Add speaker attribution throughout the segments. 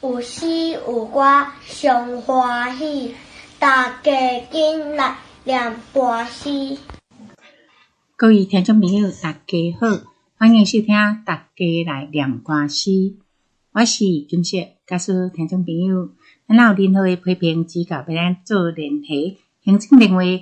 Speaker 1: 有诗有歌上欢喜，大家紧来念歌诗。
Speaker 2: 各位听众朋友，大家好，欢迎收听大家来念歌诗。我是金雪，告诉听众朋友，咱有任何的批评指教，要咱做联系。行政电话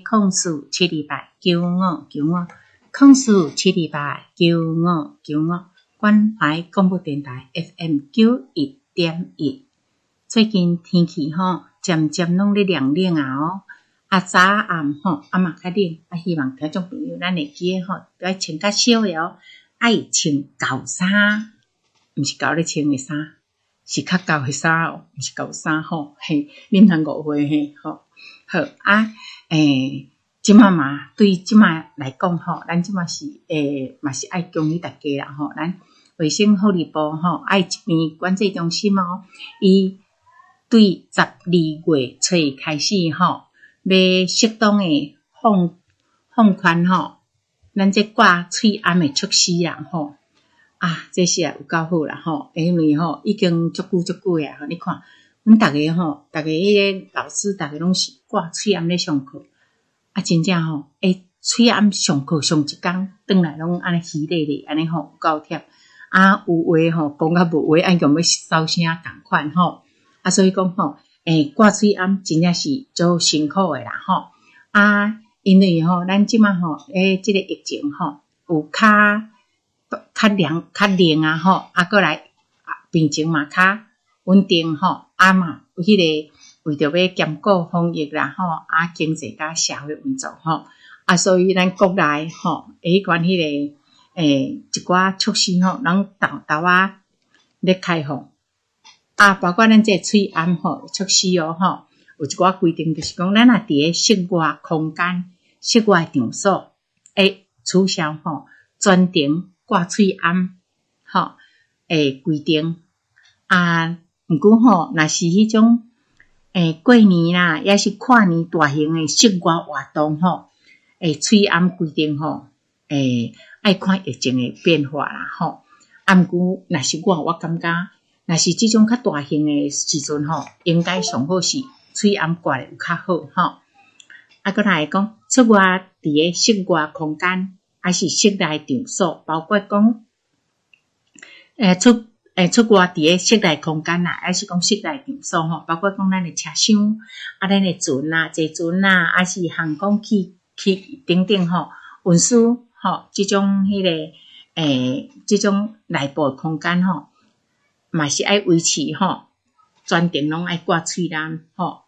Speaker 2: 0472959595，0472959595，关怀广播电台 FM91.1。最近天气渐渐拢咧凉冷啊早暗嘛较冷，希望听众朋友咱会记得要穿较少的爱穿厚衫，毋是厚咧穿的衫，是较厚的衫毋是厚衫嘿，恁通误会嘿好即马嘛对即马来讲咱即马是嘛是爱恭喜大家啦咱卫生福利部爱这边管制中心伊对12月初开始要适当的放宽咱这挂喙暗的措施啦这是有够好啦因为已经足久啊你看阮逐个迄个老师逐个拢是挂喙暗咧上课真正喙暗上课上一天转来拢安尼稀咧咧安尼有够忝有话讲甲无话按讲要收声同款所以讲挂喙暗真正是足辛苦的啦因为咱即马即个疫情有较凉过来病情嘛较稳定嘛有迄个为着要兼顾防疫啦经济甲社会运作所以咱国内迄款迄个一寡措施咱豆咧开放包括咱这喙暗措施有一寡规定，就是讲咱若伫咧室外空间、室外场所取消专程挂喙暗规定毋过若是迄种过年啦，也是跨年大型的室外活动喙暗规定爱看疫情的变化啦毋过若是我感觉若是即种较大型的时阵应该上好是喙暗挂得有较好再来讲出外伫咧室外空间还是室内场所，包括讲出外伫咧室内空间啦，还是讲室内场所包括讲咱的车厢咱的船啦、坐船啦，还是航空器等等运输即种迄个即种内部空间嘛是爱维持全程拢爱挂喙蓝若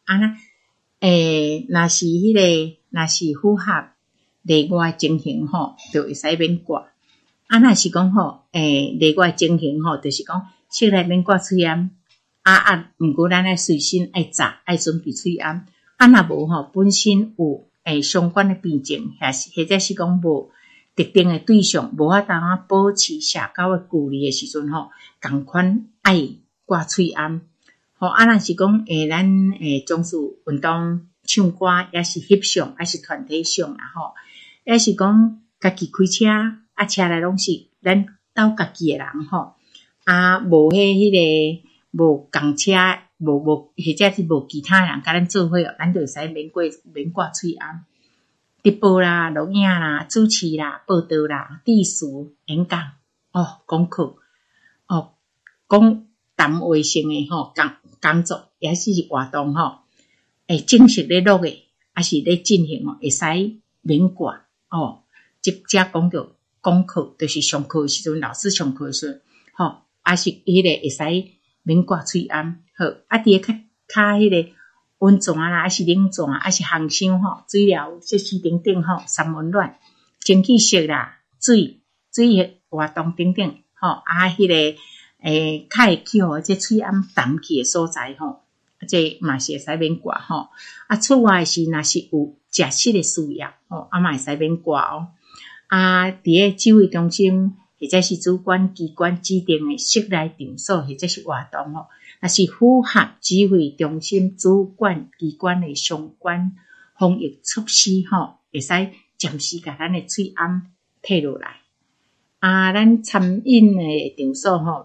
Speaker 2: 是若是符合例外情形就会使免挂若是讲例外情形就是讲室内免挂喙蓝毋过咱爱随身爱扎爱准备喙蓝若无本身有相关的病症或者是讲无特定的对象无法度保持社交的距离的时阵同款爱挂喙暗若是讲咱从事运动唱歌也是翕相还是团体相啦也是讲家己开车车内拢是咱斗家己的人无迄个无共车无或者是无其他人甲咱做伙咱就会使免挂喙暗直播啦、录影啦、主持啦、报道啦、致辞、演讲讲课讲谈话性的工作也是活动正式咧录的还是咧进行会使免挂即讲到讲课就是上课的时阵老师上课的时阵还是迄个会使免挂喙暗伫咧较迄个温泉啦还是冷泉还是航箱水疗设施等等三温暖蒸汽室啦水液活动等等迄个较会去这喙暗淡去的所在这嘛是会使免挂出外是若是有食食的需要嘛会使免挂伫咧指挥中心或者是主管机关指定的室内场所或者是活动若是符合指挥中心主管机关的相关防疫措施会使暂时甲咱的喙暗退落来咱参饮的场所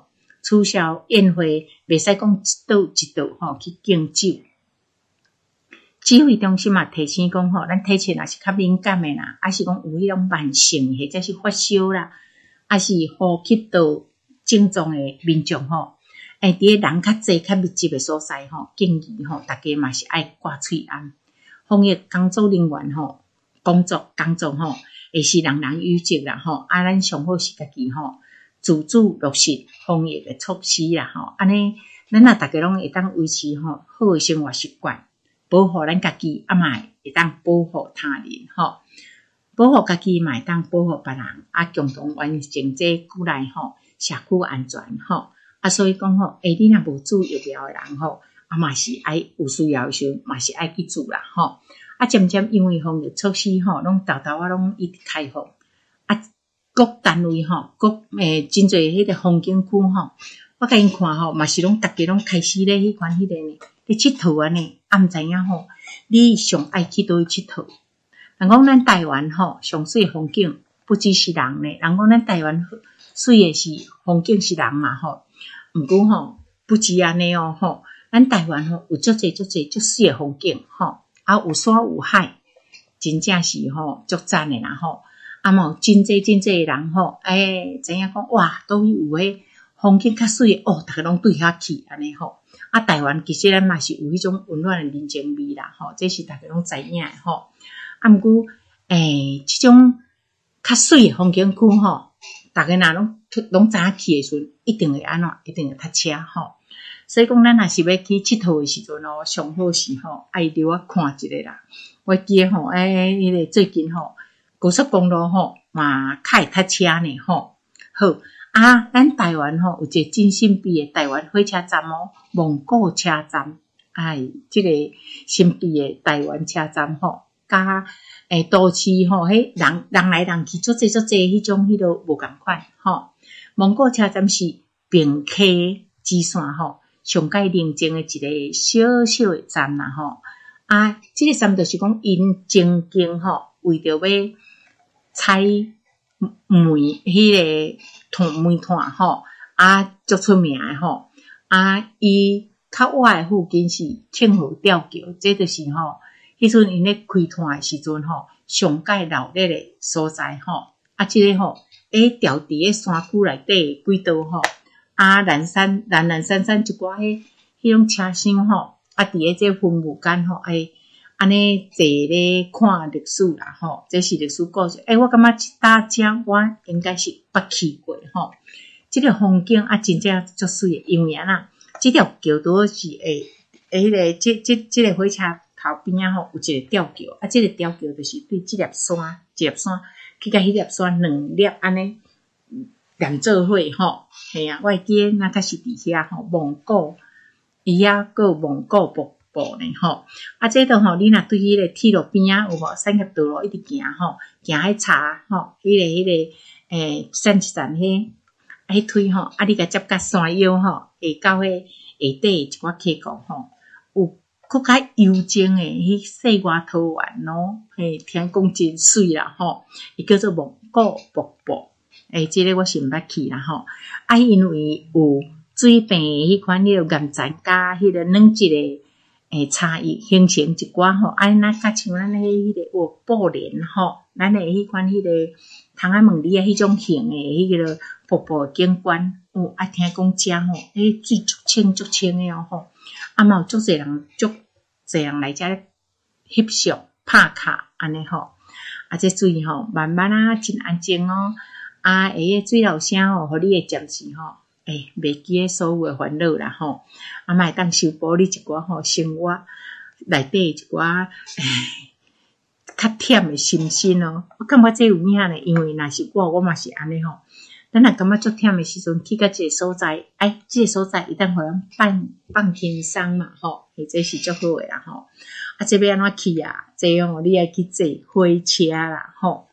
Speaker 2: 促销宴会，袂使讲一道一道吼去敬酒。指挥中心嘛提醒讲吼，咱体质若是较敏感诶啦，还是讲有迄种慢性或者是发烧啦，还是呼吸道症状诶民众吼，伫咧人较济、较密集诶所在吼，建议吼大家嘛是爱挂喙安。防疫工作人员吼，工作吼，会是人人有责啦吼，咱上好是家己吼自主落实防疫诶措施啦吼，安尼咱若大家拢会当维持吼好诶生活习惯。保护咱家己，嘛会当保护他人吼。保护家己，嘛会当保护别人，共同完成这古来吼社区安全吼。所以讲吼，你若无注疫苗诶人吼，嘛是爱有需要诶时阵，嘛是爱去做啦吼。渐渐因为防疫措施吼，拢拢一直开放，各单位吼，真侪迄个风景区吼，我甲因看吼，嘛是拢大家拢开始咧迄款迄个呢。咧佚佗安尼，毋知影吼，你上爱去倒去佚佗？人讲咱台湾吼，上水诶风景不只是人呢，人讲咱台湾水诶是风景是人嘛吼。毋过吼，不止安尼哦吼，咱台湾吼有足水诶风景吼，有山有海，真正是吼足赞诶啦吼。嘛真济人吼，知影讲哇，倒去有迄风景较水诶哦，逐个拢对遐去安尼吼。台湾其实咱嘛是有迄种温暖诶人情味啦吼，这是大家拢知影诶吼。毋过即种较水诶风景区吼，大家若拢知影去诶时阵，一定会安怎？一定会塞车吼。所以讲，咱若是要去佚佗诶时阵哦，上好是吼爱留看一下啦。我记诶吼，迄个最近吼高速公路吼嘛较会塞车呢吼。好。咱台湾吼有一个真神秘诶台湾火车站哦，蒙古车站，即个神秘诶台湾车站吼，甲都市吼，迄人来人去，足济迄种迄落无共款吼。蒙古车站是并客支线吼，上界宁静诶一个小诶站啦吼。即个站就是讲因正经吼，为着要采煤迄个煤炭吼，足出名诶吼。伊较晏诶附近是庆和吊桥，这就是吼，迄阵因咧开炭诶时阵吼，上界热烈诶所在吼。即个吼，调伫咧山区内底轨道吼，蓝山一寡迄种车厢吼，伫咧这分务间吼，安尼坐咧看历史啦吼，这是历史故事。我感觉搭遮我应该是捌去过吼。这个风景真正足水诶，因为这条桥都是迄个这个火车头边吼有一个吊桥，这个吊桥就是对这粒山去甲迄粒山两粒安尼连做伙吼。系我会记那个是伫遐吼蒙古，伊个蒙古部呢吼。这度吼，你若对迄个铁路边有无产业道路一直行吼，行迄茶吼，迄个山一站迄推吼，你甲接甲山腰吼，会到迄下底一寡溪谷吼，有更较幽静诶迄世外桃源咯。听讲真水啦吼，伊叫做蒙古瀑布。这个我是毋捌去啦吼。因为有水平迄款迄个岩层甲迄个软质诶差异，形成一寡吼，那甲像咱迄个布帘吼，咱诶迄款迄个窗仔门里迄种形诶迄个瀑布景观，听讲遮吼，水足清诶哦吼。嘛有足侪人来遮翕相拍卡安尼吼。这水吼慢慢真安静哦。水流声吼，互你诶暂时吼，袂记诶所有诶烦恼啦吼。嘛会当修补你一寡吼生活内底一寡较忝诶心身哦。我感觉这有影呢，因为若是我嘛是安尼吼。咱若感觉足忝诶时阵，去到这个所在，这个所在伊当互咱放轻松嘛吼，这是足好诶啦吼。这要安怎去啊？这样你爱去坐火车啦吼。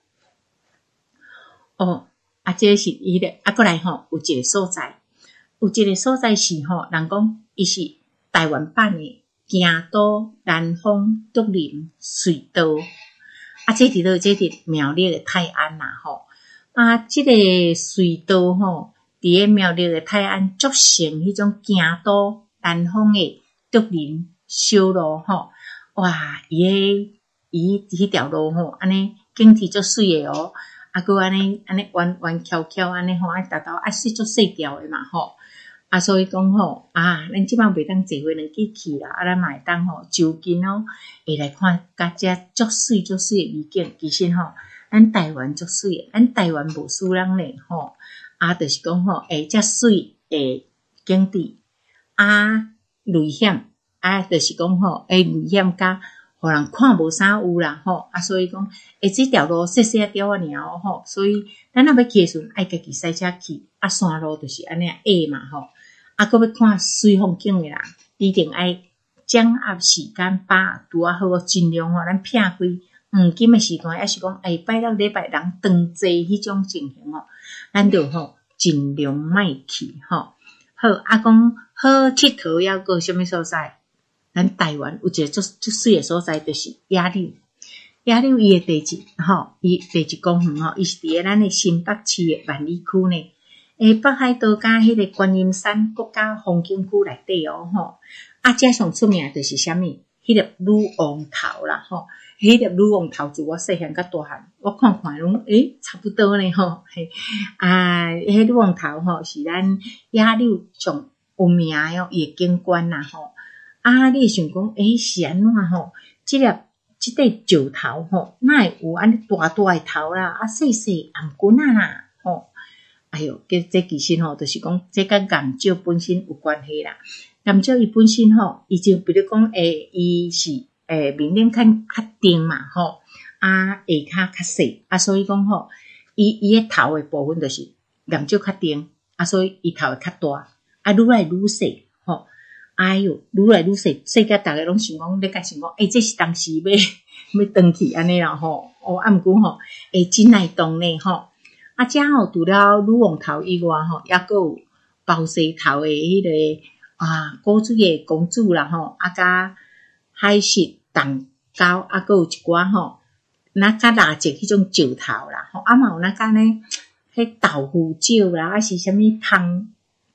Speaker 2: 这是伊咧，过来吼，有一个所在是吼，人讲伊是台湾版诶京都南方竹林隧道。这伫苗栗诶泰安啦吼。这个隧道吼，伫伫个苗栗的泰安足成迄种行到南方的竹林小路吼，哇，伊迄条路吼，安尼景致足水的哦，啊，佮安尼弯弯翘翘安尼吼，啊，达到是足细条的嘛吼，啊，所以讲吼，啊，咱即摆袂当坐伙两支去啦，啊，咱嘛会当吼就近哦，会来看甲遮足水的美景，其实吼，咱台湾足水的，咱台湾无输人咧吼。啊，就是讲吼，遮水诶景致啊，危险啊，就是讲吼，危险甲互人看无啥有啦吼，啊，所以讲即条路细细条啊尔吼，所以咱若要去诶时阵，爱家己驶车去，啊，山路就是安尼下嘛吼，啊，搁要看水风景诶人，一定爱掌握时间，把拄啊好，尽量吼，咱摒开黄金诶时段，抑是讲拜六礼拜人长济迄种情形吼。咱就吼尽量莫去吼。好，啊讲好佚佗还有啥物所在？咱台湾有一个足水诶所在，就是野柳。野柳伊诶地质吼，伊地质公园吼，伊是伫个咱诶新北市诶万里区呢。北海道甲迄个观音山国家风景区内底哦吼。啊，遮上出名就是啥物？迄粒女王头啦吼。迄粒女王头自我细汉甲大汉，我看拢差不多呢吼。嘿，啊，迄女王头吼是咱野柳上有名诶哦，伊诶景观啦吼。啊，你会想讲，是安怎吼？即块石头吼，哪会有安尼大大诶头啦？啊，细细颔棍啊啦吼。哎哟，这其实吼，就是讲这甲岩石本身有关系啦。岩石伊本身吼，伊就比如讲伊是面顶较顶嘛吼，啊下骹较细，啊所以讲吼，伊诶头诶部分就是岩石较顶，啊所以伊头会较大，啊愈来愈细吼，哎哟愈来愈细，细甲逐个拢想讲，你甲想讲，这是当时要转去安尼啦吼，啊毋过吼，真耐冻呢吼，啊遮吼除了女王头以外吼，抑佫有包西头诶迄个古水诶公主啦吼，啊甲海狮、蛋糕，啊，佮有一寡吼，那较垃圾迄种石头啦，吼，啊嘛有那甲呢，迄豆腐石啦，啊是啥物芳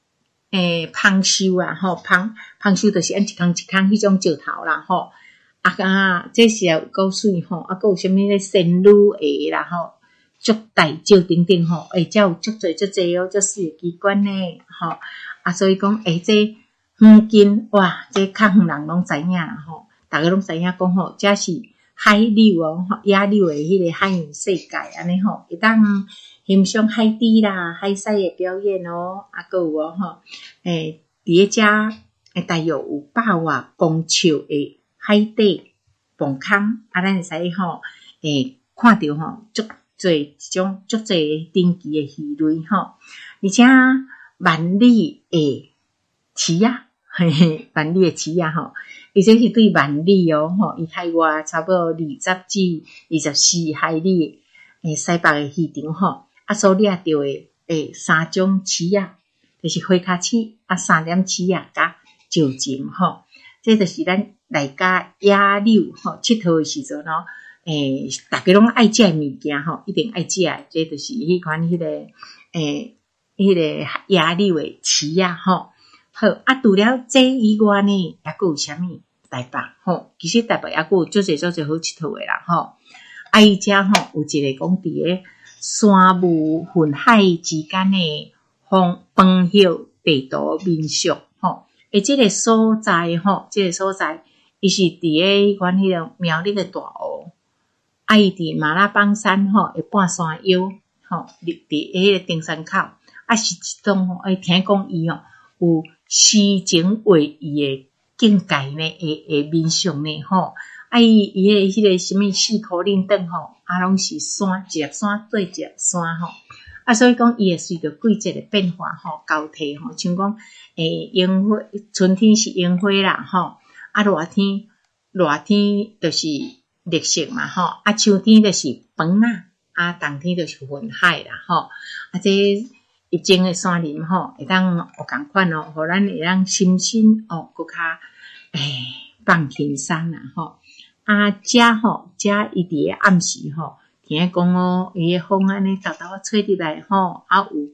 Speaker 2: 树啊，吼，芳树就是按一空迄种石头啦，吼，啊，这是有够水吼，啊，佮有啥物咧仙女鞋啦，吼，足大石顶顶吼，遮有足侪哦，足水机关呢，吼，啊，所以讲这附近哇，这较远人拢知影啦，吼。大家拢知影讲吼，这是海柳哦，野柳诶迄个海洋世界安尼吼，会当欣赏海底啦、海狮诶表演哦，啊，佮有哦吼，伫个遮大约有100外公尺诶海底磅空，啊，咱会使吼看到吼足侪一种足侪顶级诶鱼类吼，而且万里诶鱼啊，嘿嘿，万里诶鱼啊吼。伊这是对万里哦，吼，伊海外差不多20至24海里西北诶市场吼，啊，所掠到诶3种鱼啊，就是花卡鱼啊、3点鱼啊，甲石鱘吼，这就是咱来甲野柳吼佚佗诶时阵咯，大家拢爱食诶物件吼，一定爱食诶，这就是迄款迄个迄个野柳诶鱼啊吼。好，啊，除了这以外呢，抑佫有啥物？台北吼，其实台北抑佫有足侪好佚佗诶啦吼。啊，伊遮吼有一个讲伫个山雾云海之间诶风叶地图民宿吼。即个所在吼，伊是伫个迄款迄个苗栗诶大湖，啊，伊伫马拉邦山吼诶半山腰吼，伫迄个登山口，啊是一种吼，听讲伊吼有诗情画意诶境界呢，诶民宿呢吼，啊伊诶迄个什么4箍恁凳吼，啊拢是山，一粒山对一粒山吼，啊所以讲伊会随着季节诶变化吼交替吼，像讲樱花，春天是樱花啦吼，啊热天就是绿色嘛吼，啊秋天就是黄啊，啊冬天就是云海啦吼，啊这一种诶山林吼，会当有共款哦，互咱会当心身哦，搁较放轻松啦吼。啊，遮伊伫个暗时吼，听讲哦，伊个风安尼豆豆啊吹入来吼，啊有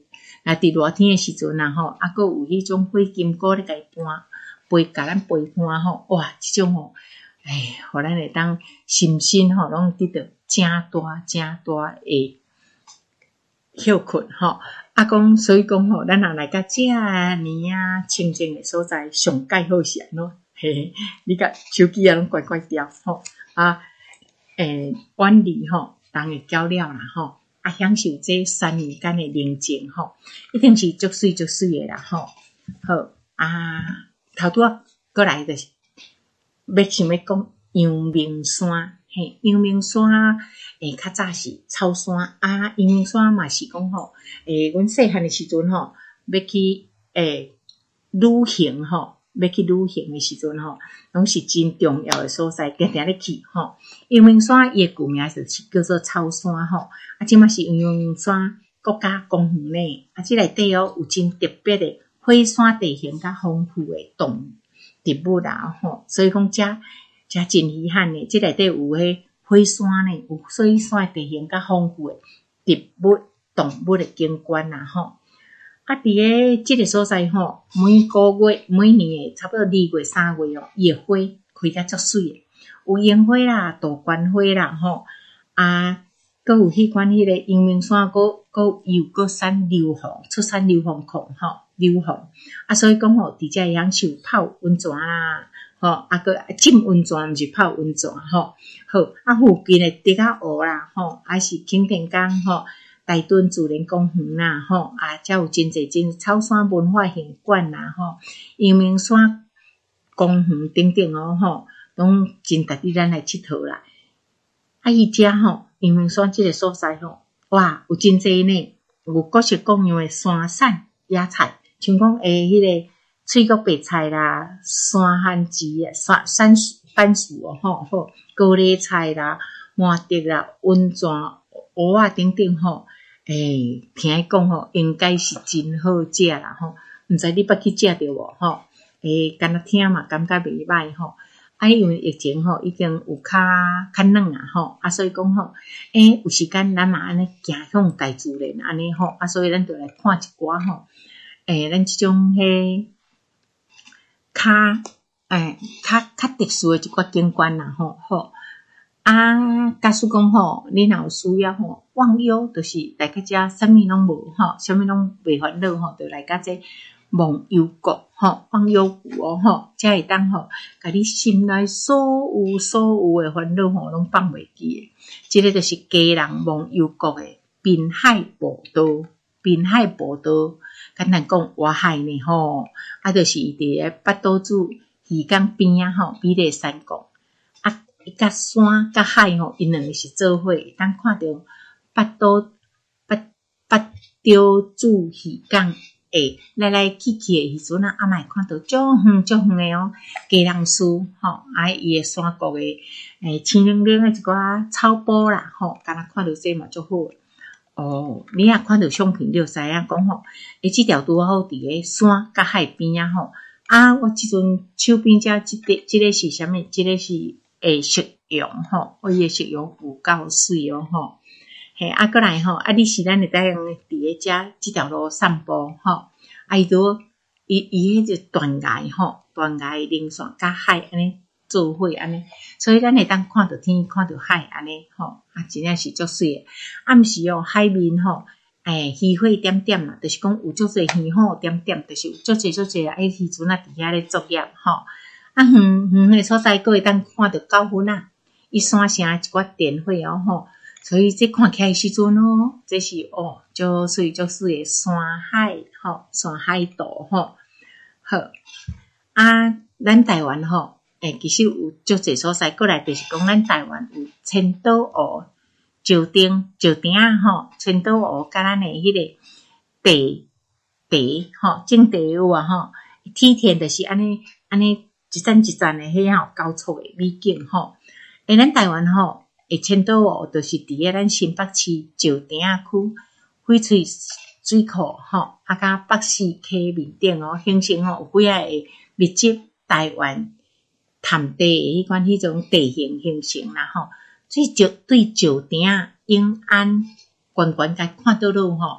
Speaker 2: 伫热天诶时阵啊吼，还佫有迄种火金菇咧甲伊甲咱陪伴吼，哇，即种吼，互咱会当心身吼拢得到正大诶休困吼。讲所以讲吼，咱若来到遮尔啊清静诶所在，上介好是安怎？嘿，你甲手机啊拢怪调吼远离吼人诶搅扰啦吼，享受这3年间诶宁静吼，一定是足水诶啦吼。好头拄仔过来就是想要讲阳明山，阳明山较早是草山阳明山嘛是讲吼，阮细汉诶时阵吼，要去旅行吼。要去旅行诶时阵吼，拢是真重要诶所在，定咧去吼。阳明山伊诶旧名就是叫做草山吼，即马是阳明山国家公园呢。即内底有真特别诶火山地形较丰富诶动物啦吼，所以讲遮真稀罕诶。即内底有迄火山呢，有火山地形较丰富诶动物诶景观啦吼。伫诶即个所在吼，每个月每年诶差不多2月3月哦，伊诶花开甲足水诶，有樱花啦、杜鹃花啦吼，佫有迄款迄个阳明山佫产硫磺，出产硫磺矿吼，硫磺所以讲吼，伫遮享受泡温泉啦，吼佫浸温泉，毋是泡温泉吼。好附近诶竹仔湖啦吼，还是擎天岗吼。大屯自然公园啦，吼遮有真侪草山文化行馆啦，吼阳明山公园等等哦，吼拢真值得咱来佚佗啦。伊遮吼阳明山即个所在吼，哇有真侪呢，有各式各样诶山产野菜，像讲迄个翠谷白菜啦、山番薯啊、番薯哦，吼高丽菜啦、麻竹啦、温泉蚵仔等等吼。听伊讲吼，应该是真好食啦吼，毋知你捌去食着无吼？敢若听嘛，感觉袂歹吼。因为疫情吼已经有较软啊吼，所以讲吼，有时间咱嘛安尼行向大自然安尼吼，所以咱就来看一寡吼，咱即种较特殊诶一寡景观啦吼，好。假使讲吼，你若有需要吼，忘忧就是来到遮，啥物拢无吼，啥物拢袂烦恼吼，就来到这忘忧谷吼，忘忧谷哦吼，遮会当吼，甲你心内所有诶烦恼吼，拢放袂记诶。即个就是家人忘忧谷诶滨海步道，简单讲外海呢吼，就是伫咧八斗子鱼港边啊吼，美丽山谷。甲山甲海吼，因两个是做伙，当看到八斗子鱼港来去诶时阵啊，嘛会看到足远诶哦，家人树吼，伊诶山谷诶青亮亮诶一寡草坡啦吼，敢若看到这嘛足好哦。你若看到相片，你就知影讲吼，即条拄好伫咧山甲海边啊吼。我即阵手边遮即个是啥物？即个是夕阳吼，伊诶夕阳有够水哦吼。过来吼，你是咱会当伫咧遮即条路散步吼。伊迄个断崖吼，断崖连线甲海安尼做伙安尼，所以咱会当看到天，看到海安尼吼，真正是足水诶。暗时哦，海面吼。鱼火点点啦，就是讲有足侪鱼吼点点，就是有足侪啊，鱼船啊伫遐咧作业吼。远诶所在，佫会当看到狗粉啊，伊山城一寡电火哦吼，所以这看起来时阵哦，这是足水诶山海吼，山海道吼。好咱台湾吼，其实有足侪所在，过来就是讲咱台湾有千岛湖。石丁啊吼，千岛湖甲咱诶迄个地吼，种地有啊吼，梯田就是安尼一站诶迄吼高速诶美景吼。咱台湾吼，千岛湖就是伫咧咱新北市石丁仔区翡翠水库吼，甲北势溪面顶哦，形成有几啊个密集台湾潭地诶迄种地形形成啦吼。对石丁永安悬甲看倒落吼，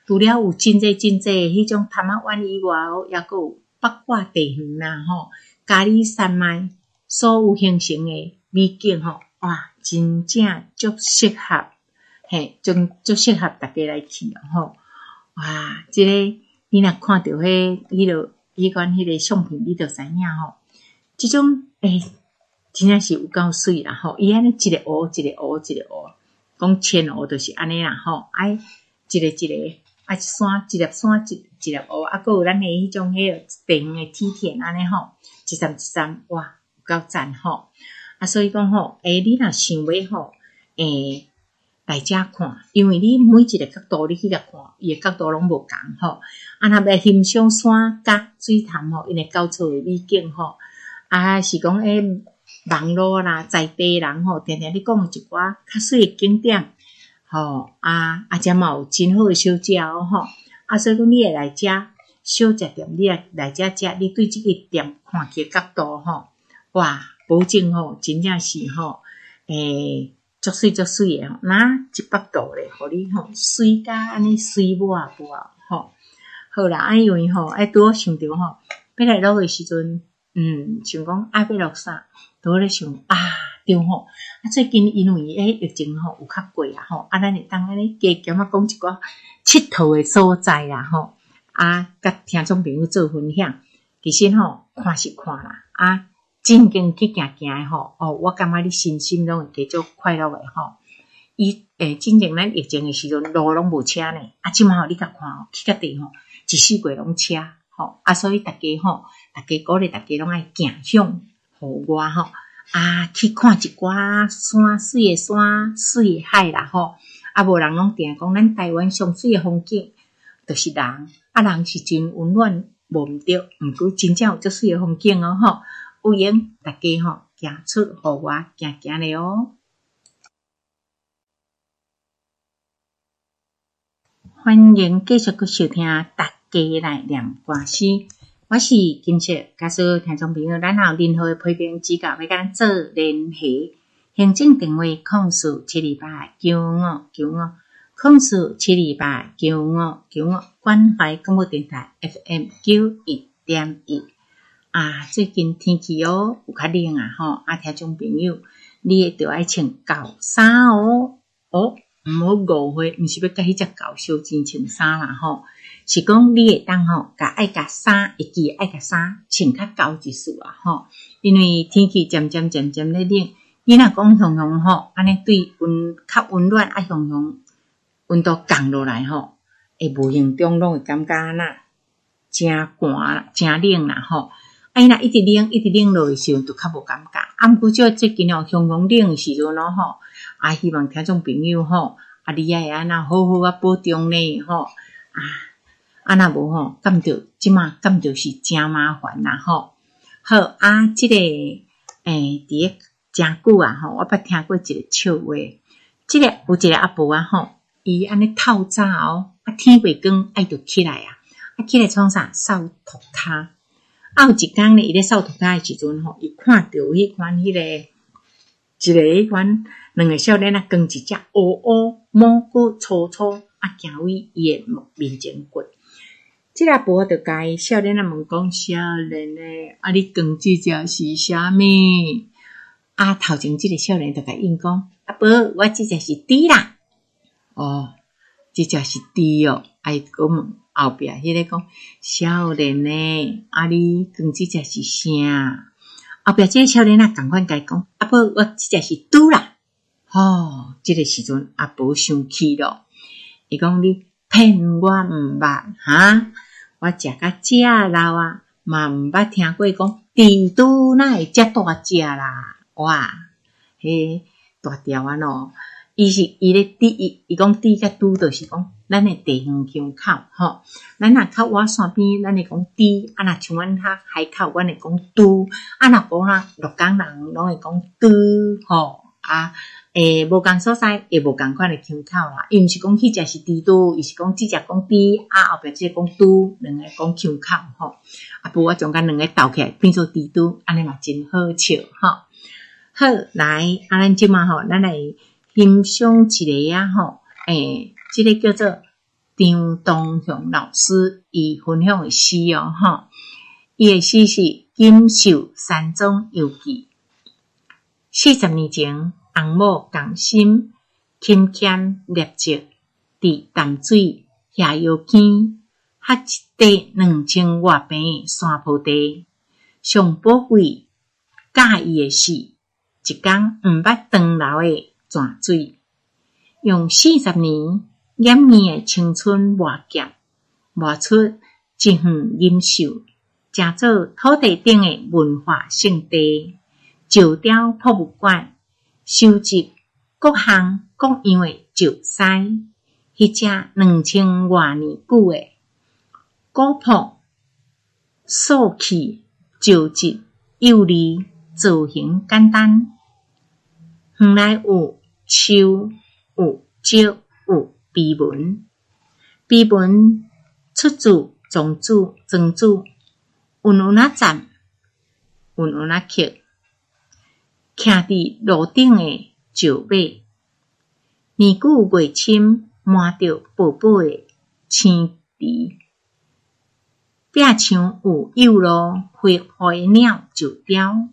Speaker 2: 除了有真济迄种潭仔湾以外哦，也佫有八卦地园啦吼，嘉里山脉所有形成的美景吼，哇，真正足适合，嘿，足适合大家来去哦吼。哇，这个你若看到迄款迄个相片，你就知影吼，这种真正是有够水啦吼，伊安尼一个湖，讲千湖就是安尼啦吼，一个一山一粒山一粒湖，啊，佫有咱的迄种地形的梯田安尼吼，一站哇，有够赞吼。啊，所以讲吼，你若想要吼，来遮看，因为你每一个角度你去甲看，伊的角度拢无共吼。啊，若要欣赏山甲水潭吼，因为高处的美景吼，啊是讲网络啦，在地人吼，常常咧讲一寡较水的景点，吼遮嘛有真好的小食哦吼。啊，所以讲你会来遮小食店，你来遮食，你对即个店看起角度吼，哇，保证吼，真正是吼，足水的吼，那100度咧，互你吼水甲安尼水抹吼。好啦，因为吼，拄好想着吼，要来落的时阵，想讲要落啥，拄咧想对吼。最近因为疫情吼有较贵啊吼，咱会当安尼加减讲一寡佚佗的所在啦吼，甲听众朋友做分享。其实吼，看是看啦，真经去行的吼，我感觉你心拢会加足快乐的吼。真正咱疫情的时阵，路拢无车呢，即马吼你甲看吼，去到地吼，14过拢车吼，所以大家鼓励大家拢爱行向户外吼，去看一寡山水的山水的海啦吼，无人拢定讲咱台湾上水的风景就是人，人是真温暖，无毋对，毋过真正有足水的风景哦吼。有闲大家吼行出户外行咧哦。欢迎继续去收听大家来念歌诗，我是金雪，假使听众朋友咱有任何的批评指教，要甲咱做联系，行政电话04789595，04789595，关怀广播电台 FM 91.1。最近天气有较冷吼，听众朋友，你着爱穿厚衫哦，毋好误会，毋是要甲迄只厚小钱穿衫啦吼，是讲你会当吼，爱甲衫，会记爱甲衫穿较厚一丝啊吼，因为天气渐渐咧冷，你若讲向吼，安尼对较温暖，向温度降落来吼，会无形中拢会感觉那真寒真冷啦吼。若一直冷落的时候，就较无感觉。毋过最近向冷的时阵咯吼，希望听众朋友吼，你会安那好好保重咧吼。若无吼，即马感到是真麻烦啦吼。好即个伫咧真久吼，我捌听过一个笑话。即个有一个阿婆吼，伊安尼透早天未光就起来起来创啥扫涂骹。有一天咧，伊咧扫涂骹的时阵吼，伊看到迄款迄款两个少年扛一只乌毛骨粗行为伊的面前过。即个婆就甲伊少年问讲：少年诶，你扛这只是啥物？头前即个少年就甲应讲：阿婆，我这只是猪啦。这只是猪哦。伊讲问后壁迄个讲：少年诶，你扛这只是啥？后壁即个少年共款甲伊讲：阿婆，我这只是猪啦。即个时阵阿婆生气咯，伊讲你骗我毋捌我食甲遮老嘛毋捌听过讲猪哪会遮大只啦，哇，大条咯。伊咧伊讲猪甲猪就是讲咱的地方腔口吼，咱若较外山边，咱会讲猪，若像阮较海口，阮会讲猪，若讲鹿港人拢会讲猪吼无共所在，会无共款的腔口啦。伊毋是讲迄只是猪，伊是讲即只讲猪，后壁即个讲猪，两个讲腔口吼。不我中间两个斗起来变做猪，安尼嘛真好笑吼。好，来咱即马吼，咱来欣赏一个吼，即个叫做张东雄老师伊分享的诗哦吼，伊的诗是《锦绣山中游记》。40年前，翁某共心，勤俭劣质，伫淡水下游间，挖一块2000外平的山坡地，上宝贵教伊的是，一天毋捌长流的泉水，用40年掩面的青春磨剑，磨出一份锦绣，成做土地顶的文化圣地。石雕博物馆收集各项各样的石狮，迄只2000多年久的古朴素气石质幼丽，造型简单，园内有树，有石，有碑文。碑文出自庄子，云云啊站，云云啊刻，徛伫路顶的石马，年久月深，满着薄薄的青苔。壁墙有幼路飞花的鸟石雕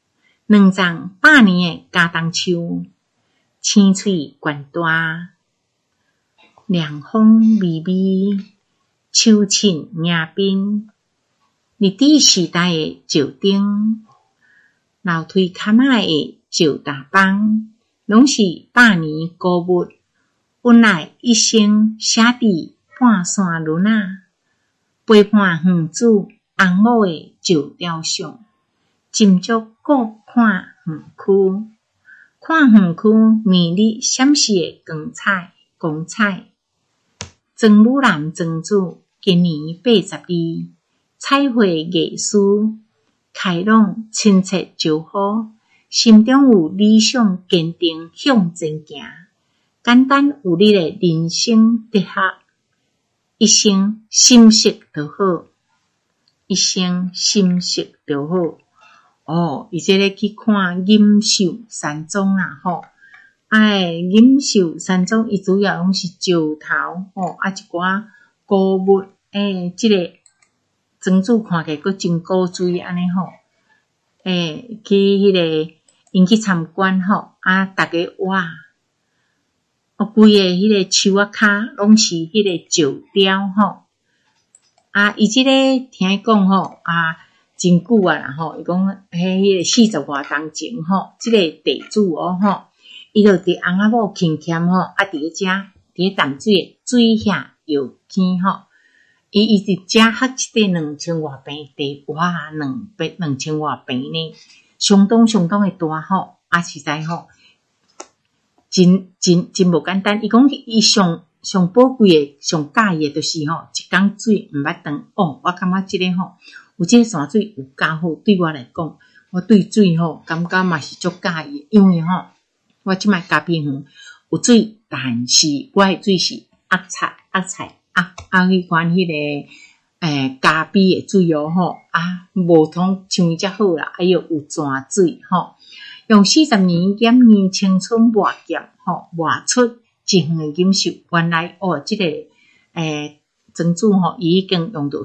Speaker 2: ，2丛100年的加冬树，青翠悬大，凉风微微，秋凊迎宾。日治时代的石钉，楼梯坎仔的石大板，拢是100年古物。本来一生写伫半山轮仔，陪伴园主翁某的石雕像，斟酌各款园区，看园区美丽闪烁的光彩。庄女男庄主今年82，彩绘艺术开朗亲切就好，心中有理想，坚定向前行，简单有力的人生哲学，一生心色就好，一生心色就好。哦，伊这个去看锦绣山庄啦吼，锦绣山庄伊主要拢是石头吼，一寡古物，这个庄主看起来佫真古锥安尼吼，去迄个因去参观吼，大家哇，规个迄个树仔骹拢是迄个石雕吼，伊这个听伊讲吼，真久啊啦吼，伊讲迄个40多年前吼，这个地主吼，伊就伫翁仔某勤俭吼，伫咧淡水水下游天吼，伊伫遮挖一块2000外平地，哇，2000外平呢，相当的大吼，实在吼，真无简单。伊讲伊上宝贵的、上介意的就是吼，一缸水毋捌长。我感觉这个吼，有这个山水有够好，对我来讲，我对水吼感觉嘛是足介意，因为吼，我即摆家边园有水，但是我的水是黑菜迄款迄个咖啡的水吼，无通像伊遮好啦，有泉水吼，用40年掩面青春磨剑吼，磨出一份锦绣。原来这个庄主吼，伊已经用到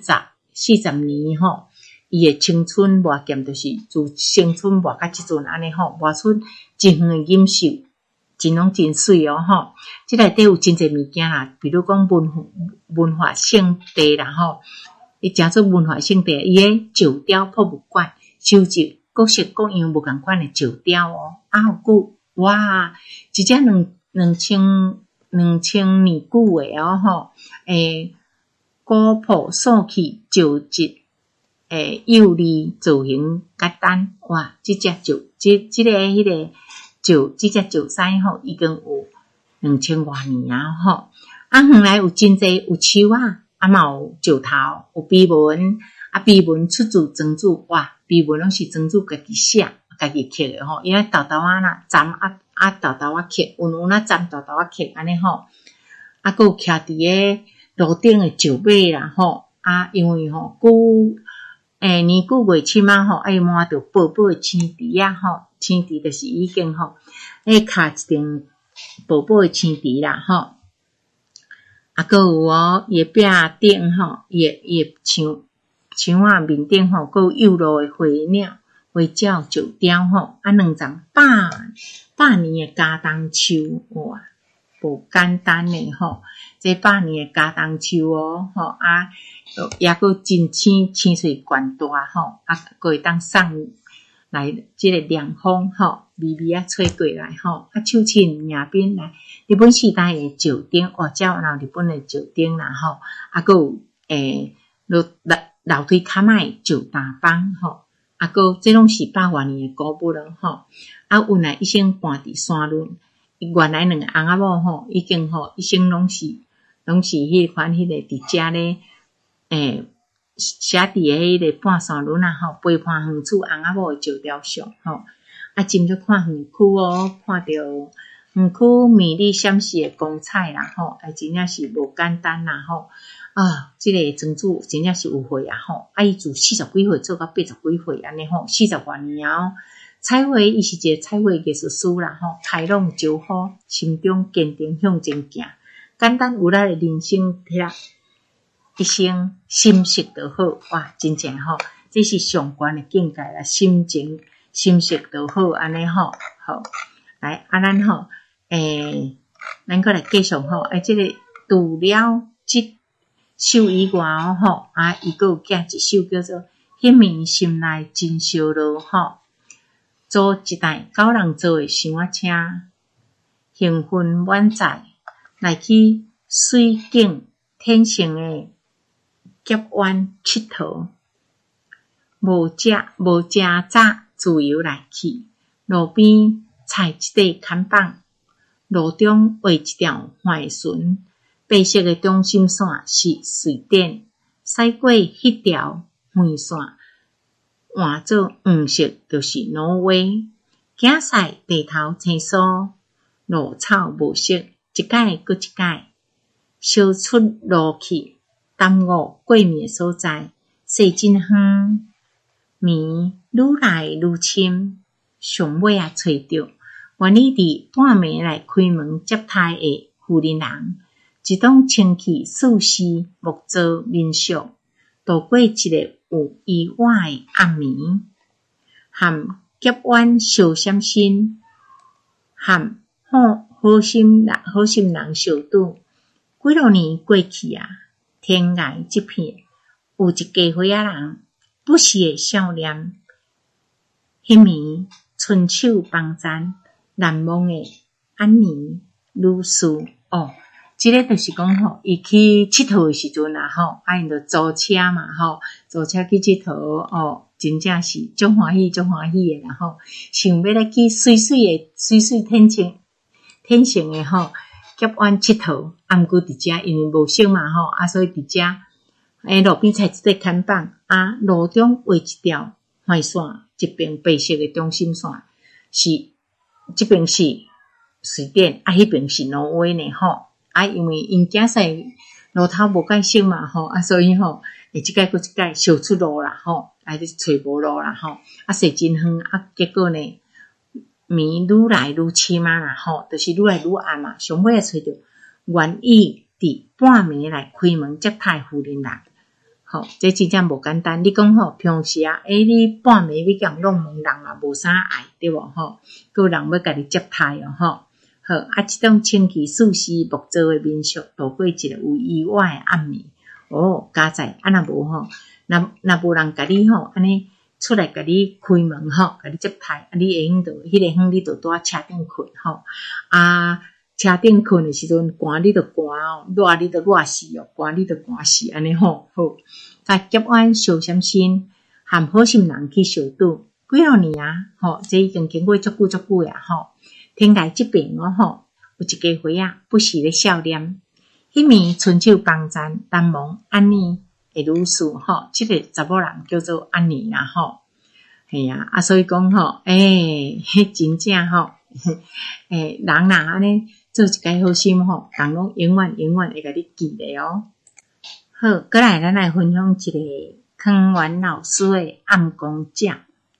Speaker 2: 40年吼，伊的青春磨剑就是自青春磨到即阵安尼吼，磨出一份锦绣。真水吼，这内底有真侪物件啦，比如讲文化圣地啦吼，伊诚做文化圣地，伊个石雕博物馆收集各式各样无共款的石雕有久哇，一只2000年久的吼，古朴素气石质幼丽，造型简单哇，这个迄个。这只石狮吼，已经有2000多年啊吼。原来有真侪有树嘛有石头，有碑文，碑文出自庄主，哇，碑文拢是庄主家己写、家己刻的吼。伊豆豆啦，站豆豆刻，云站豆豆刻安尼吼。佫有徛伫个路顶的石马啦吼。因为吼年久月深吼，满着薄薄的青苔吼。青苔就是已经吼，卡一张薄薄的青苔啦吼。 啊，搁有哦，伊壁顶吼，伊墙啊面顶吼，搁有幼路诶花鸟、花鸟、石雕吼，啊，两丛百年诶加冬树，哇，无简单诶吼，这百年诶加冬树哦，吼啊，也搁真青翠悬大吼，啊，搁会当送来即个凉风吼，微微啊吹过来吼，啊，手亲迎宾来。日本时代诶石顶，遮有日本诶石顶啦吼，啊，搁有楼梯骹仔石大房吼，啊，搁这拢是百万年诶古物咯吼，啊，有来一生搬伫山仑，原来两个翁仔某吼，已经吼一生拢是迄款迄个伫遮咧写伫迄个半山仑啊吼，陪伴远处翁仔某诶石雕像吼，啊，真少看远区哦，看到远区美丽闪烁诶光彩啦吼，真正是无简单啦吼，啊，即个庄主真正是有岁啊吼，啊，伊自40几岁做到80几岁安尼吼，40多年哦。彩绘伊是一个彩绘艺术师啦吼，开朗招呼，心中坚定向前行，简单有力诶人生体力，一生心色就好，哇，真正吼，这是上悬诶境界啦，心色就好安尼吼，好，来啊，咱吼。咱搁来继续吼，即个除了即首以外吼，啊，伊搁有寄一首叫做《迄暝心内真烧热》吼，做一台9人座诶厢仔车，兴奋满载，来去水景天成诶峡湾佚佗，无车早自由来去，路边踩一块看板。路中画一条花船，白色的中心线是瑞典，驶过迄条花线，换做黄色就是挪威。行驶地头青疏，路草无色，一改搁一改，烧出路去，耽误过暝所在，细真远，暝愈来愈深，上尾啊找着。愿意伫半暝来开门接待的富人人，一同清气舒适木造民宿，度过一个有意外的暗暝，和峡湾小闪身，和好心人相拄。几多年过去啊，天涯一片，有一家伙仔人不时的笑脸，迄暝春手帮zan难忘的安妮女士哦，即个就是讲吼，伊去佚佗的时阵啊吼，因就租车嘛吼，租车去佚佗哦，真正是足欢喜的啦吼，想要来去水天成的吼，峡湾佚佗，毋过伫遮因为无色嘛吼，啊所以伫遮路边踩一块看板啊，路中画一条花线，一边白色的中心线是。这边是瑞典，啊，迄边是挪威呢吼，啊，因为因行驶路头无解释嘛吼，啊，所以吼，一改搁一改，烧出路啦吼，啊，找无路啦吼，啊，驶真远，啊，结果呢，暝愈来愈深嘛啦吼，就是愈来愈暗嘛，上尾啊找着愿意伫半暝来开门接待富人人。吼，这真正无简单。你讲吼，平时啊，你半暝要甲人弄门人啊，无啥爱，对无吼？个人要甲你接待哦，吼。好，啊，即种清气舒适木造的民宿，度过一个有意外的暗暝。哦，佳哉！啊，若无吼，若无人甲你吼，安尼出来甲你开门吼，甲你接待，啊，你会用到迄个远，你就住车顶困吼。啊。车顶困的时阵，寒你就寒哦，热你就热死哦，寒你就寒死安尼吼。好，甲峡湾小闪身，和好心人去相拄，几多年啊？吼，这已经经过足久啊吼。天涯这边哦吼，有一家伙仔不时咧笑脸。迄暝春手帮zan难忘安妮的女士吼，这个查某人叫做安妮啦吼。系啊，所以讲吼，迄真正吼，人啦安尼。做一个好心吼，人拢永远会甲你记得哦。好，过来咱来分享一个康元老师的暗光照。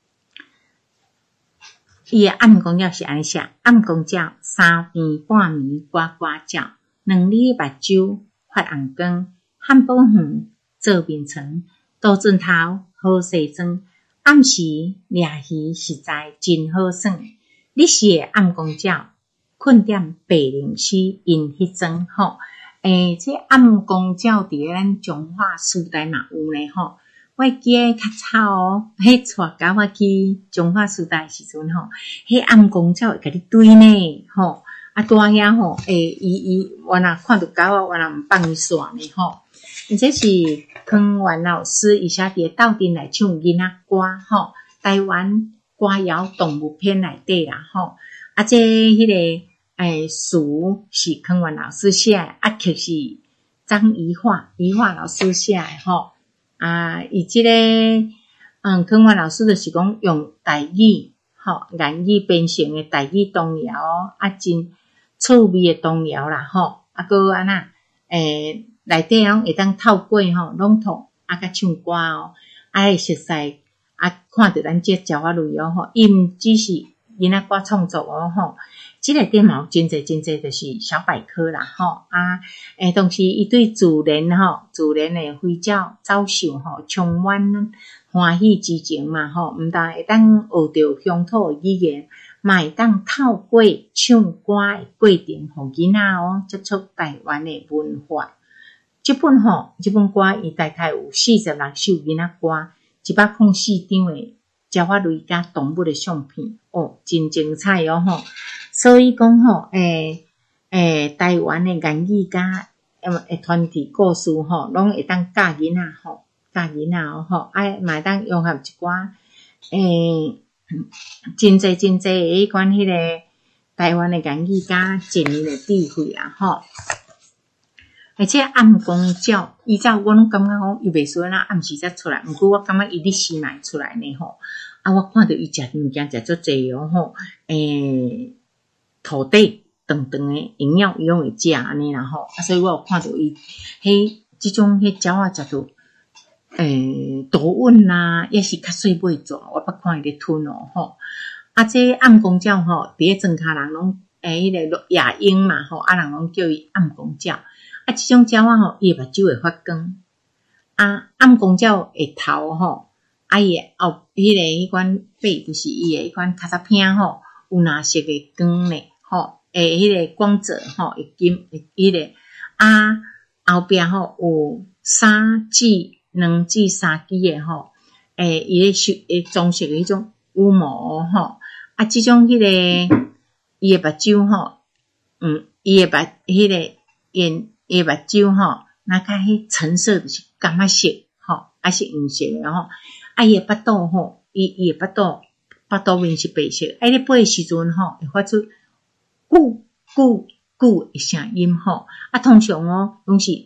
Speaker 2: 伊的暗光照是安尼写：暗光照，三更半暝呱呱叫，两里目睭发红光，汉堡园做面床，刀阵头好西装，暗时掠鱼实在真好耍。你是个暗光鸟，困踮白灵溪因迄装吼。这暗光鸟伫咱中华时代嘛有咧吼。我记得较早迄带甲我去中华时代时阵吼，迄暗光鸟会甲你追呢吼。住遐吼，伊原来看到狗仔，原来毋放伊煞呢吼。这是康元老师伊写伫斗阵来唱囡仔歌吼，台湾歌谣动物篇内底啦吼。这迄个词是康元老师写的，曲是张怡化老师写的吼。伊这个康元老师就是讲用台语吼，言语编成的台语童谣真趣味的童谣啦吼，搁安那内底拢会当透过朗读甲唱歌会熟悉看到咱这鸟仔类吼，伊毋只是囡仔歌创作吼，这内底嘛有真侪就是小百科啦吼同时伊对自然的飞鸟走兽吼，充满欢喜之情嘛吼，毋但会当学着乡土的语言。嘛会当透过唱歌的过程，互囡仔接触台湾的文化。这本歌伊大概有46首囡仔歌，104张的鸟仔类甲动物的相片，真精彩吼。所以讲台湾的言语甲传递故事拢会当教囡仔吼，嘛会当融合一寡真侪迄款迄个台湾的言语甲前面的智慧啦吼。而且暗光鸟，依照我拢感觉讲伊袂输咱暗时才出来，毋过我感觉伊日时嘛会出来呢吼。我看到伊食物件食足济吼，土地长长的营养伊拢会食安尼啦吼。所以我有看到伊即种鸟仔食到多稳啦，也是较细尾蛇，我捌看伊咧吞吼。这暗光鸟吼，伫庄脚人拢迄个夜莺嘛吼，人拢叫伊暗光鸟。即种鸟仔吼，伊目睭会发光。暗光鸟的头吼，伊的后迄款背就是伊的迄款脚趾片吼，有蓝色的光咧吼，迄个光泽吼，会金迄个后壁吼有2至3支的吼，伊咧装饰的迄种羽毛吼，即种迄个伊的目睭吼，伊的迄个伊的目睭吼，那较迄橙色就是感觉色吼，是黄色的吼，伊的巴肚吼，伊的巴肚面是白色，咧飞的时阵吼，会发出咕咕咕的声音吼，通常拢是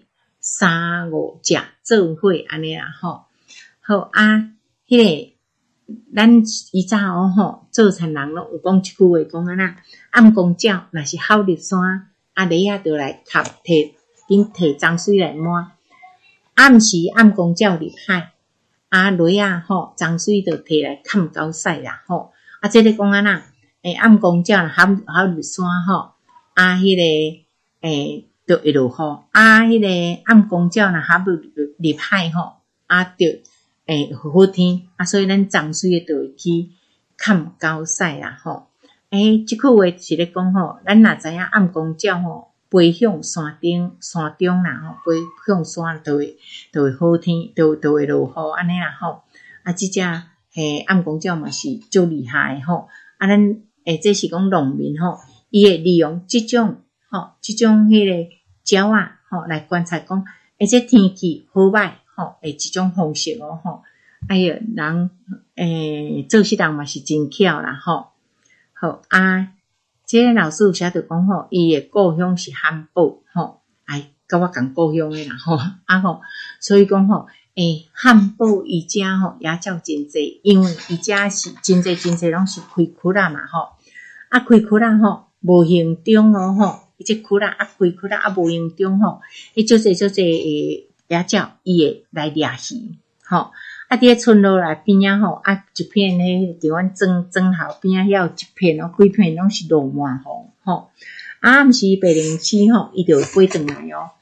Speaker 2: 3-5只做伙安尼啦吼。好迄个咱以前吼，做田人拢有讲一句话，讲安那暗光鸟若是跑入山，雷仔就来摕脏水来满。暗时暗光鸟入海，雷仔吼脏水就摕来砍狗屎啦吼。这个讲安那暗光鸟若跑入山吼，迄个就会落雨。迄个暗光鸟若跑入海吼，就好天。所以咱脏水就会去砍狗屎啦吼。这句话是咧讲吼，咱若知影暗光鸟吼飞向山中啦吼，飞向山就会好天，就会落雨安尼啦吼。这只暗光鸟嘛是足厉害的吼。咱这是讲农民吼，伊会利用这种迄个鸟仔吼来观察讲，这天气好歹吼，一种方式吼。人做事人嘛是真巧啦吼。好这个老师有写着讲吼，伊的故乡是汉堡吼，甲我同故乡的啦吼。所以讲吼，汉堡伊遮吼也照真济，因为伊遮是真济拢是开窟啦嘛吼。开窟啦吼，无形中吼，伊这窟啦开窟啦无形中吼，足济野鸟伊会来掠鱼吼。伫咧村落内边吼，一片迄伫阮庄后边遐有一片规片拢是落满雨吼。毋是白灵溪吼，伊就会飞转来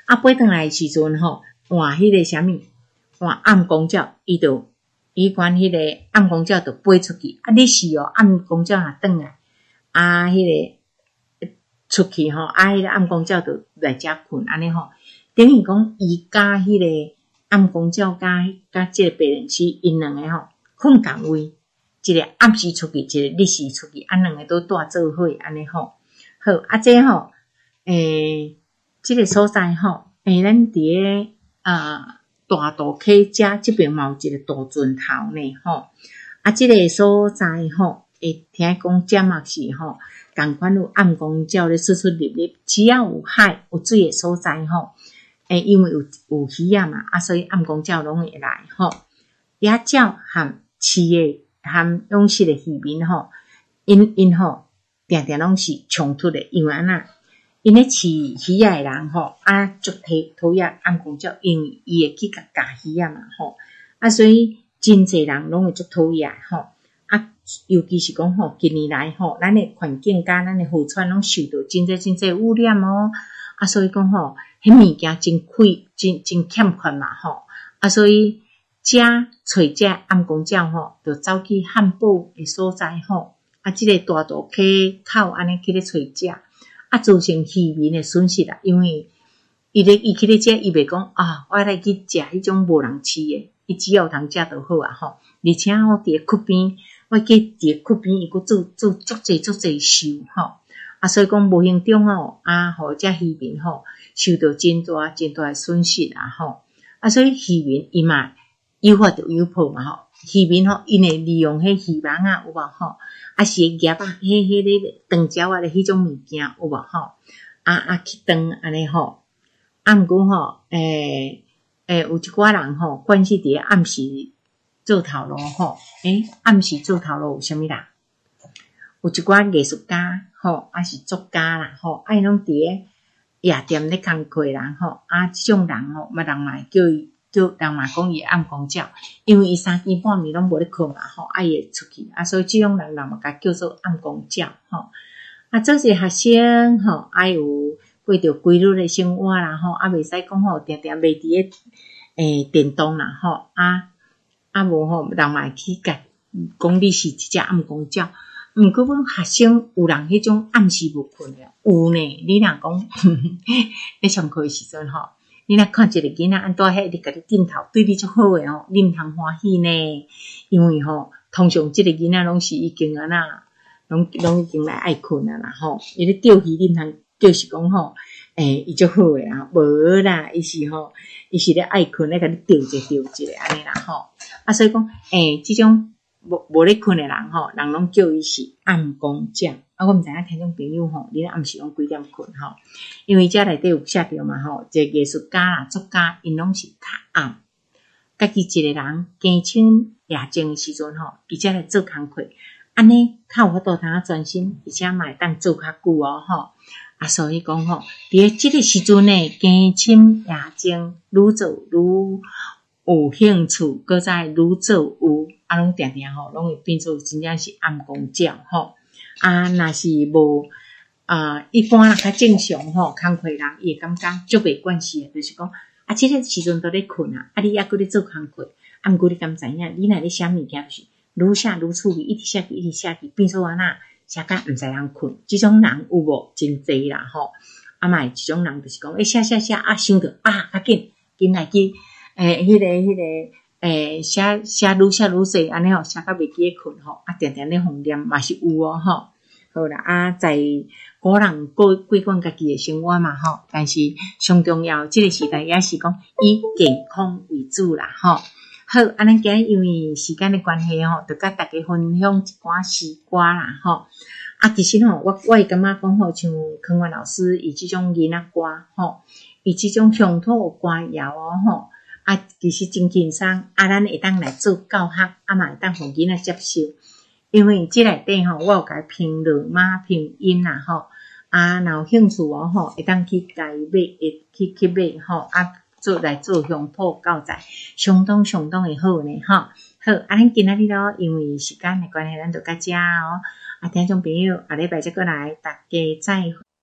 Speaker 2: 啊，飞转来时阵吼，换迄个啥物，换暗光鸟，伊管迄个暗光鸟就飞出去。啊，你是暗光鸟若转来，啊，迄个出去吼，啊，迄个暗光鸟就来遮困，安尼吼。等于讲，伊甲迄个暗光鸟甲即个白灵犀，因两个吼困共位，一个暗时出去，一个日时出去，啊，两个都带做伙，安尼吼。好，啊，这吼，即个所在吼，咱伫个大渡溪遮即边嘛有一个大圳头呢吼。啊，即个所在吼，会听讲遮嘛是吼，共款有暗光鸟咧出出入入，只要有海有水诶所在吼。因为有鱼仔嘛，啊，所以暗光鸟拢会来吼。野鸟和饲诶和养殖诶渔民吼，因吼定定拢是冲突诶，因为安那，因咧饲鱼仔诶人吼，啊，足讨厌暗光鸟，因为伊会去甲鱼仔嘛吼，啊，所以真侪人拢会足讨厌吼。啊，尤其是讲吼，近年来吼，咱诶环境甲咱诶河川拢受到真侪污染哦。啊，所以讲吼，迄物件真欠缺嘛吼。啊，所以遮找遮暗光鸟吼，就走去汉堡诶所在吼。啊，即个大渡溪口安尼去咧找遮，啊，造成渔民诶损失啦。因为伊去咧遮，伊袂讲啊，我来去食迄种无人饲诶，伊只要通食就好啊吼。而且我伫个窟边，我去伫个窟边，伊佫做足侪收吼。啊，所以讲无形中吼，啊，互遮渔民吼受到真大诶损失啊吼。啊，所以渔民伊嘛有法就有破嘛吼。渔民吼，因会利用迄渔网啊，有无吼？啊是夹啊，迄个长条啊的迄种物件有无吼？啊去当安尼吼。啊，毋过吼，有一寡人吼，惯势伫暗时做头路吼。暗时做头路有啥物啦？有一寡艺术家吼，啊是作家啦吼，啊伊拢伫个夜店咧工课人吼，啊即种人吼，人嘛人嘛讲伊暗光鸟，因为伊3更半暝拢无咧困嘛吼，啊伊会出去，啊所以即种人嘛甲叫做暗光鸟吼。啊，做一个学生吼，啊有过着规律诶生活啦吼，啊袂使讲吼，定定袂伫个电动啦吼，啊无吼，人嘛会去甲讲你是一只暗光鸟。毋过阮学生有人迄种暗时无困诶，有呢。你若讲咧上课诶时阵吼，你若看一个囡仔安怎迄，你甲你点头，对你足好诶吼，你毋通欢喜呢。因为吼，通常即个囡仔拢是已经安那，拢已经来爱困啊啦吼。伊咧钓鱼，你毋通就是讲吼，伊足好诶啊，无啦，伊是咧爱困咧，甲你钓一个安尼啦吼。啊，所以讲即种。无咧困诶人吼，人拢叫伊是暗光鸟。啊，我毋知影听众朋友吼，你咧暗时拢几点困吼？因为遮内底有写着嘛吼，一个艺术家啦、作家，因拢是较暗。家己一个人更深夜静诶时阵吼，伊才来做工课，安尼较有法度通专心，而且嘛会当做较久吼。啊，所以讲吼，伫咧即个时阵呢，更深夜静，愈做愈有兴趣，搁再愈做有，啊，拢定定吼，拢会变做真正是暗光鸟吼。啊，若是无一般啦，较正常吼，工课人伊会感觉足袂惯势诶，就是讲啊，即个时阵都咧困啊，啊，你还搁咧做工课，啊，毋过你敢知影，你若咧写物件就是愈写愈趣味，一直写去，变做安那写甲毋知通困，即种人有无真侪啦吼。啊，嘛即种人就是讲，写啊，想着啊，较紧来去。迄个写愈济安尼吼，写到袂记咧困吼，啊，定定咧互念嘛是有吼。好啦，啊，在个人规管家己诶生活嘛吼，但是上重要，即个时代也是讲以健康为主啦吼。好，啊，咱今日因为时间诶关系吼，就甲大家分享一寡诗歌啦吼。啊，其实吼，我会感觉讲吼，像康元老师伊即种囡仔歌吼，伊即种乡土歌谣吼。啊，其实真轻松，啊，咱会当来做教学，啊嘛会当互囡仔接受。因为即内底吼，我有甲拼落码拼音啦吼，啊，若有兴趣吼，会当去家买，去买吼，啊，来做乡土教材，相当会好呢吼。好，啊，咱今仔日咯，因为时间的关系，咱就到遮哦。啊，听众朋友，下礼拜再过来，大家再会。